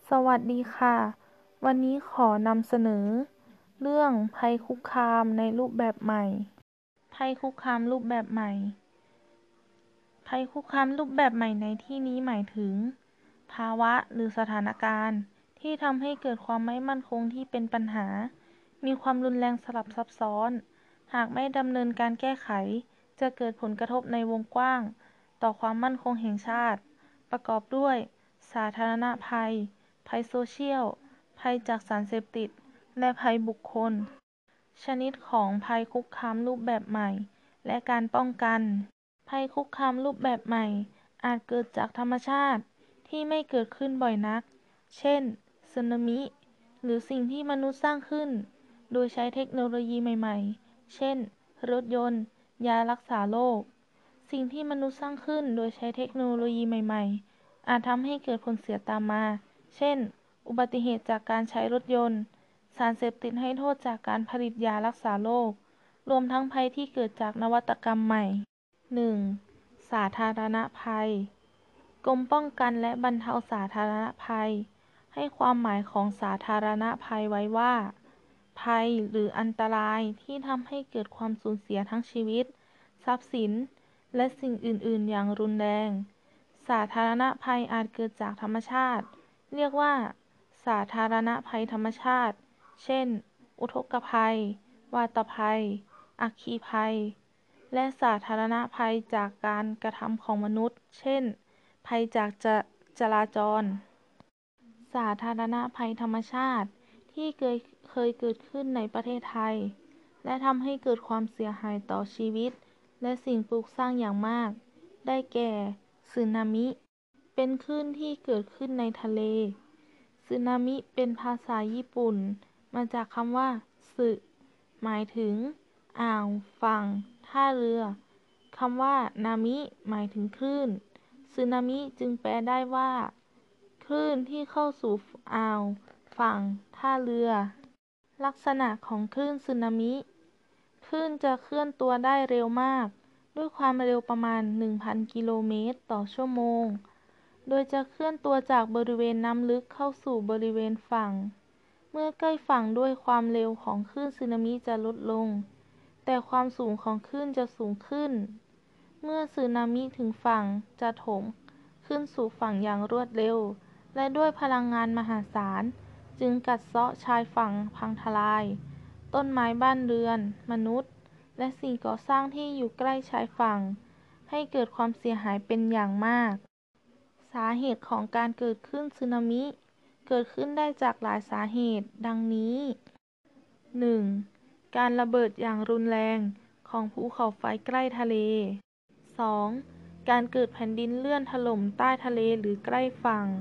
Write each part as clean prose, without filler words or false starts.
สวัสดีค่ะ วันนี้ขอนำเสนอ เรื่องภัยคุกคามในรูปแบบใหม่ ภัยคุกคามรูปแบบใหม่ ภัยคุกคามรูปแบบใหม่ในที่นี้หมายถึง ภาวะหรือสถานการณ์ที่ทำให้เกิดความไม่มั่นคงที่เป็นปัญหา มีความรุนแรงสลับซับซ้อน หากไม่ดำเนินการแก้ไข จะเกิดผลกระทบในวงกว้าง ต่อความมั่นคงแห่งชาติ ประกอบด้วย สาธารณภัย ภัยโซเชียล ภัยจากสารเสพติด และภัยบุคคล ชนิดของภัยคุกคามรูปแบบใหม่ และการป้องกัน ภัยคุกคามรูปแบบใหม่ อาจเกิดจากธรรมชาติที่ไม่เกิดขึ้นบ่อยนัก เช่น สึนามิ หรือสิ่งที่มนุษย์สร้างขึ้น โดยใช้เทคโนโลยีใหม่ๆ เช่น รถยนต์ ยารักษาโรค สิ่งที่มนุษย์สร้างขึ้นโดยใช้เทคโนโลยีใหม่ๆ อาจทำให้เกิดผลเสียตามมา เช่น อุบัติเหตุจากการใช้รถยนต์ สารเสพติดให้โทษจากการผลิตยารักษาโรค รวมทั้งภัยที่เกิดจากนวัตกรรมใหม่ 1. สาธารณภัย กรมป้องกันและบรรเทาสาธารณภัย ให้ความหมายของสาธารณภัยไว้ว่า ภัยหรืออันตรายที่ทำให้เกิดความสูญเสียทั้งชีวิต ทรัพย์สิน และสิ่งอื่นๆ อย่างรุนแรง สาธารณภัยอาจเกิดจากธรรมชาติ เรียกว่า สาธารณภัยธรรมชาติ เช่น อุทกภัย วาตภัย อัคคีภัย และสาธารณภัยจากการกระทำของมนุษย์ เช่น ภัยจากจราจร สาธารณภัยธรรมชาติที่เคยเกิดขึ้นในประเทศไทย และทำให้เกิดความเสียหายต่อชีวิต และสิ่งปลูกสร้างอย่างมาก ได้แก่ สึนามิ เป็นคลื่นที่เกิดขึ้นในทะเล สึนามิเป็นภาษาญี่ปุ่น มาจากคำว่า สึ หมายถึง อ่าว ฝั่ง ท่าเรือ คำว่า นามิ หมายถึงคลื่น สึนามิจึงแปลได้ว่า คลื่นที่เข้าสู่อ่าว ฝั่ง ท่าเรือ ลักษณะของคลื่นสึนามิ คลื่นจะเคลื่อนตัวได้เร็วมาก ด้วยความเร็วประมาณ 1,000 กิโลเมตรต่อชั่วโมง โดยจะเคลื่อนตัวจากบริเวณน้ำลึกเข้าสู่บริเวณฝั่ง เมื่อใกล้ฝั่งด้วยความเร็วของคลื่นสึนามิจะลดลง แต่ความสูงของคลื่นจะสูงขึ้น เมื่อสึนามิถึงฝั่งจะโถมขึ้นสู่ฝั่งอย่างรวดเร็ว และด้วยพลังงานมหาศาล จึงกัดเซาะชายฝั่งพังทลาย ต้นไม้บ้านเรือน มนุษย์ และสิ่งก่อสร้างที่อยู่ใกล้ชายฝั่ง ให้เกิดความเสียหายเป็นอย่างมาก สาเหตุของการเกิดขึ้นสึนามิ เกิดขึ้นได้จากหลายสาเหตุ ดังนี้ 1. การระเบิดอย่างรุนแรงของภูเขาไฟใกล้ทะเล 2. การเกิดแผ่นดินเลื่อนถล่มใต้ทะเลหรือใกล้ฝั่ง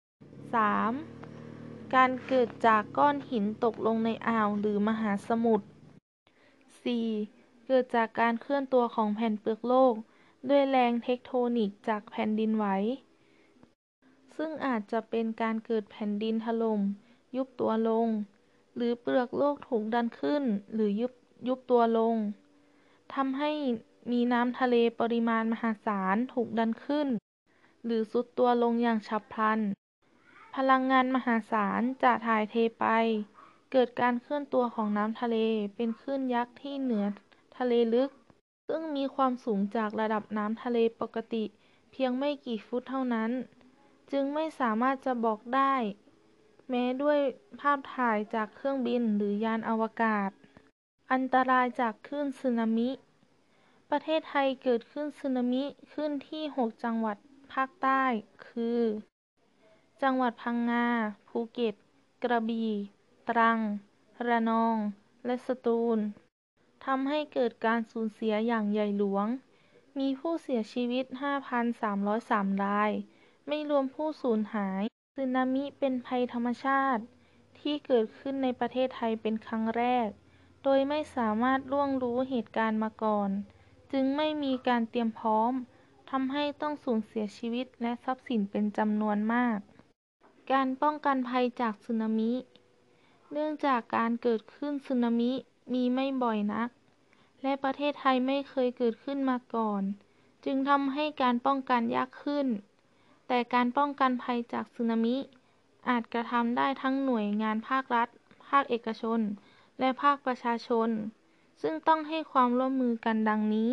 3. การเกิดจากก้อนหินตกลงในอ่าวหรือมหาสมุทร 4. เกิดจากการเคลื่อนตัวของแผ่นเปลือกโลกด้วยแรงเทคโทนิกจากแผ่นดินไหว ซึ่งอาจจะเป็นการเกิดแผ่นดินถล่ม ยุบตัวลง หรือเปลือกโลกถูกดันขึ้นหรือยุบตัวลง ทำให้มีน้ำทะเลปริมาณมหาศาลถูกดันขึ้น หรือทรุดตัวลงอย่างฉับพลัน พลังงานมหาศาลจะถ่ายเทไป เกิดการเคลื่อนตัวของน้ำทะเลเป็นคลื่นยักษ์ที่เหนือทะเลลึก ซึ่งมีความสูงจากระดับน้ำทะเลปกติเพียงไม่กี่ฟุตเท่านั้น จึงไม่สามารถจะบอกได้ แม้ด้วยภาพถ่ายจากเครื่องบินหรือยานอวกาศ อันตรายจากคลื่นสึนามิ ประเทศไทยเกิดคลื่นสึนามิขึ้นที่ 6 จังหวัดภาคใต้ คือ จังหวัดพังงา ภูเก็ต กระบี่ ตรัง ระนอง และสตูล ทำให้เกิดการสูญเสียอย่างใหญ่หลวง มีผู้เสียชีวิต 5,303 ราย ไม่รวมผู้สูญหาย สึนามิเป็นภัยธรรมชาติที่เกิดขึ้นในประเทศไทยเป็นครั้งแรก โดยไม่สามารถล่วงรู้เหตุการณ์มาก่อน จึงไม่มีการเตรียมพร้อม ทำให้ต้องสูญเสียชีวิตและทรัพย์สินเป็นจำนวนมาก การป้องกันภัยจากสึนามิ เนื่องจากการเกิดขึ้นสึนามิมีไม่บ่อยนัก และประเทศไทยไม่เคยเกิดขึ้นมาก่อน จึงทำให้การป้องกันยากขึ้น แต่การป้องกันภัยจากสึนามิอาจกระทำได้ทั้งหน่วยงานภาครัฐ ภาคเอกชน และภาคประชาชน ซึ่งต้องให้ความร่วมมือกันดังนี้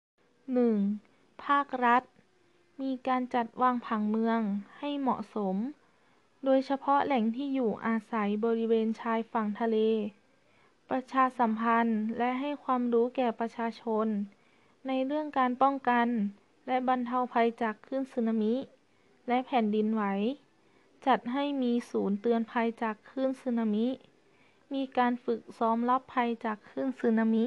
1. ภาครัฐ มีการจัดวางผังเมืองให้เหมาะสม โดยเฉพาะแหล่งที่อยู่อาศัยบริเวณชายฝั่งทะเล ประชาสัมพันธ์และให้ความรู้แก่ประชาชน ในเรื่องการป้องกันและบรรเทาภัยจากคลื่นสึนามิ และแผ่นดินไหว จัดให้มีศูนย์เตือนภัยจากคลื่นสึนามิ มีการฝึกซ้อมรับภัยจากคลื่นสึนามิ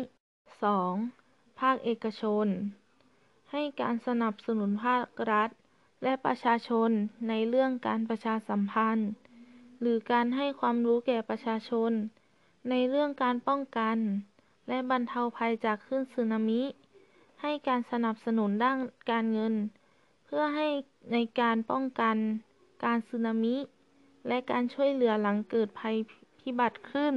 2. ภาคเอกชน ให้การสนับสนุนภาครัฐ และประชาชนในเรื่องการประชาสัมพันธ์ หรือการให้ความรู้แก่ประชาชน ในเรื่องการป้องกัน และบรรเทาภัยจากคลื่นสึนามิ ให้การสนับสนุนด้านการเงิน เพื่อให้ในการป้องกันการสึนามิ และการช่วยเหลือหลังเกิดภัยพิบัติขึ้น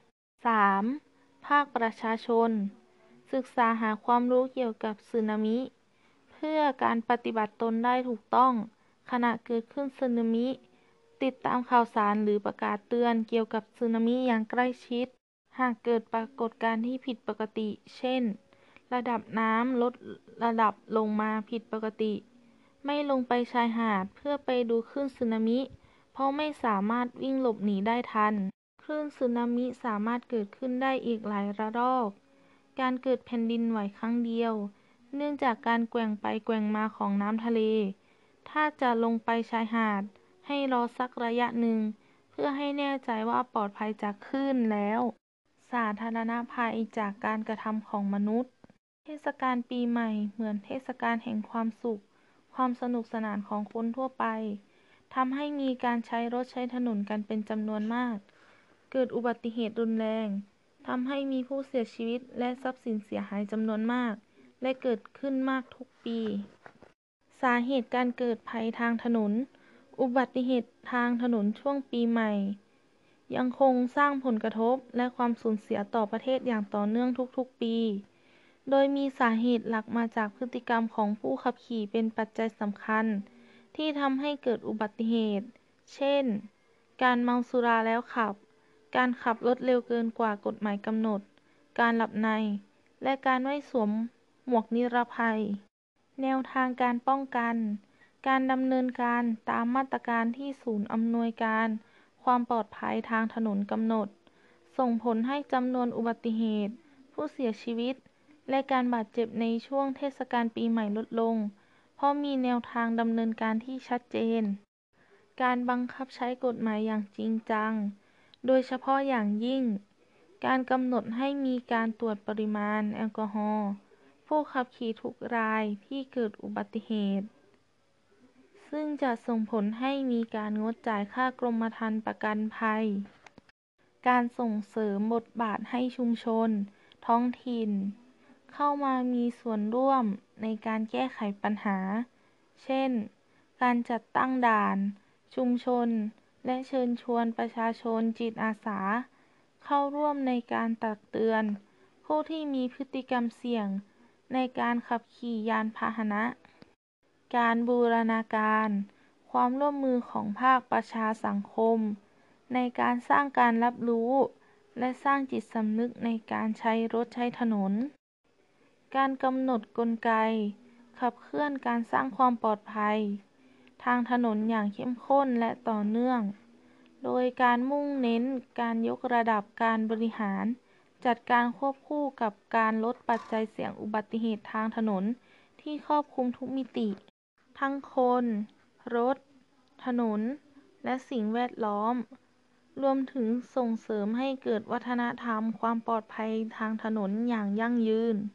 3. ภาคประชาชน ศึกษาหาความรู้เกี่ยวกับสึนามิ เพื่อการปฏิบัติตนได้ถูกต้องขณะเกิดขึ้นสึนามิ ติดตามข่าวสารหรือประกาศเตือนเกี่ยวกับสึนามิอย่างใกล้ชิด หากเกิดปรากฏการณ์ที่ผิดปกติ เช่น ระดับน้ำลดระดับลงมาผิดปกติ ไม่ลงไปชายหาดเพื่อไปดูคลื่นสึนามิ เพราะไม่สามารถวิ่งหลบหนีได้ทัน คลื่นสึนามิสามารถเกิดขึ้นได้อีกหลายระลอก การเกิดแผ่นดินไหวครั้งเดียว เนื่องจากการแกว่งไปแกว่งมาของน้ำทะเล ถ้าจะลงไปชายหาด ให้รอสักระยะหนึ่ง เพื่อให้แน่ใจว่าปลอดภัยจากคลื่นแล้ว สาธารณภัยจากการกระทำของมนุษย์ เทศกาลปีใหม่เหมือนเทศกาลแห่งความสุข ความสนุกสนานของคนทั่วไป ทำให้มีการใช้รถใช้ถนนกันเป็นจำนวนมาก เกิดอุบัติเหตุรุนแรง ทำให้มีผู้เสียชีวิตและทรัพย์สินเสียหายจำนวนมาก และเกิดขึ้นมากทุกปี สาเหตุการเกิดภัยทางถนน อุบัติเหตุทางถนนช่วงปีใหม่ ยังคงสร้างผลกระทบและความสูญเสียต่อประเทศอย่างต่อเนื่องทุกๆ ปี โดยมีสาเหตุหลักมาจากพฤติกรรมของผู้ขับขี่เป็นปัจจัยสำคัญ ที่ทำให้เกิดอุบัติเหตุ เช่น การเมาสุราแล้วขับ การขับรถเร็วเกินกว่ากฎหมายกำหนด การหลับใน และการไม่สวมหมวกนิรภัย แนวทางการป้องกัน การดำเนินการตามมาตรการที่ศูนย์อำนวยการความปลอดภัยทางถนนกำหนด ส่งผลให้จำนวนอุบัติเหตุ ผู้เสียชีวิต และการบาดเจ็บในช่วงเทศกาลปีใหม่ลดลง เพราะมีแนวทางดำเนินการที่ชัดเจน การบังคับใช้กฎหมายอย่างจริงจัง โดยเฉพาะอย่างยิ่ง การกำหนดให้มีการตรวจปริมาณแอลกอฮอล์ผู้ขับขี่ทุกรายที่เกิดอุบัติเหตุ ซึ่งจะส่งผลให้มีการงดจ่ายค่ากรมธรรม์ประกันภัย การส่งเสริมบทบาทให้ชุมชน ท้องถิ่น เข้ามามีส่วนร่วมในการแก้ไขปัญหา เช่น การจัดตั้งด่าน ชุมชน และเชิญชวนประชาชนจิตอาสา เข้าร่วมในการตักเตือน ผู้ที่มีพฤติกรรมเสี่ยงในการขับขี่ยานพาหนะ การบูรณาการความร่วมมือของภาคประชาสังคม ในการสร้างการรับรู้ และสร้างจิตสำนึกในการใช้รถใช้ถนน การกำหนดกลไก ขับเคลื่อนการสร้างความปลอดภัย ทางถนนอย่างเข้มข้นและต่อเนื่อง โดยการมุ่งเน้นการยกระดับการบริหาร จัดการควบคู่กับการลดปัจจัยเสี่ยงอุบัติเหตุทางถนนที่ครอบคลุมทุกมิติ ทั้งคน รถ ถนน และสิ่งแวดล้อม รวมถึงส่งเสริมให้เกิดวัฒนธรรมความปลอดภัยทางถนนอย่างยั่งยืน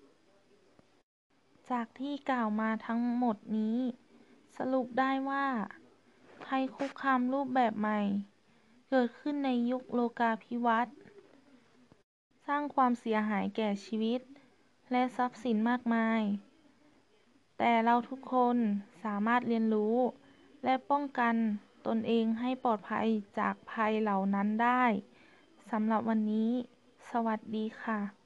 จากที่กล่าวมาทั้งหมดนี้ สรุปได้ว่า ภัยคุกคามรูปแบบใหม่ เกิดขึ้นในยุคโลกาภิวัตน์ สร้างความเสียหายแก่ชีวิต และทรัพย์สินมากมาย แต่เราทุกคนสามารถเรียนรู้ และป้องกันตนเองให้ปลอดภัยจากภัยเหล่านั้นได้ สำหรับวันนี้ สวัสดีค่ะ